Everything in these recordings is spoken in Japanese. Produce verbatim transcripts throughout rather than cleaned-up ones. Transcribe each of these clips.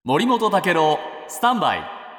森本武郎スタンバイ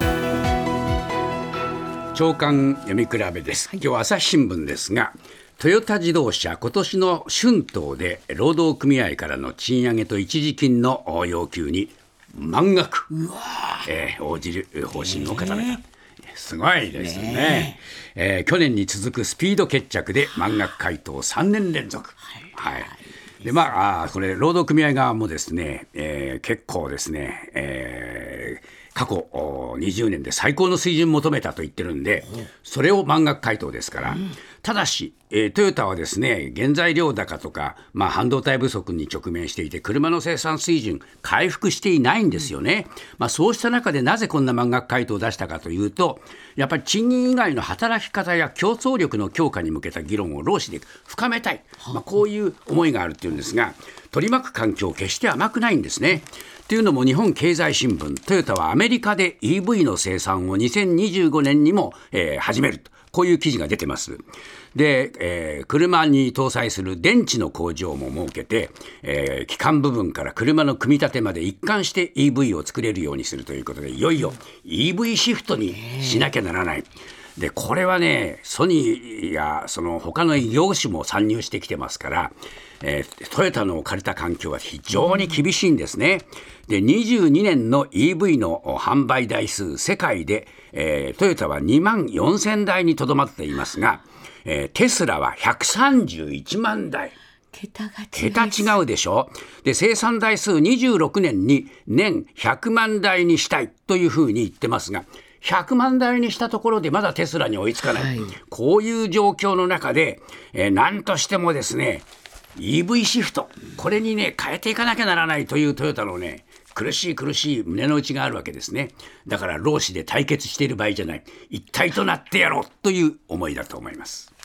朝刊読み比べです。今日は朝日新聞ですが、トヨタ自動車今年の春闘で労働組合からの賃上げと一時金の要求に満額、えー、応じる方針を固めた。すごいですね。ねえー、去年に続くスピード決着で満額回答さんねん連続。はい、はいでまあ、あこれ労働組合側もですね、えー、結構ですね、えー、過去にじゅうねんで最高の水準求めたと言ってるんで、それを満額回答ですから、うん、ただし、えー、トヨタはですね原材料高とか、まあ、半導体不足に直面していて車の生産水準回復していないんですよね、まあ、そうした中でなぜこんな満額回答を出したかというと、やっぱり賃金以外の働き方や競争力の強化に向けた議論を労使で深めたい、まあ、こういう思いがあるというんですが、取り巻く環境決して甘くないんですね。というのも日本経済新聞、トヨタはアメリカで イーブイ の生産をにせんにじゅうごねんにも、えー、始めると、こういう記事が出てます。で、えー、車に搭載する電池の工場も設けて、えー、基幹部分から車の組み立てまで一貫して イーブイ を作れるようにするということで、いよいよ イーブイ シフトにしなきゃならない。でこれはね、ソニーやその他の業種も参入してきてますから、えー、トヨタの置かれた環境は非常に厳しいんですね。でにじゅうにねんの イーブイ の販売台数世界で、えー、トヨタはにまんよんせんだいにとどまっていますが、えー、テスラはひゃくさんじゅういちまんだい。 桁が違う。 桁違うでしょ。で生産台数にじゅうろくねんに年ひゃくまんだいにしたいというふうに言ってますが、ひゃくまんだいにしたところでまだテスラに追いつかない、はい、こういう状況の中で、えー、何としてもですね イーブイ シフト、これにね変えていかなきゃならないというトヨタのね苦しい苦しい胸の内があるわけですね。だから労使で対決している場合じゃない、一体となってやろうという思いだと思います。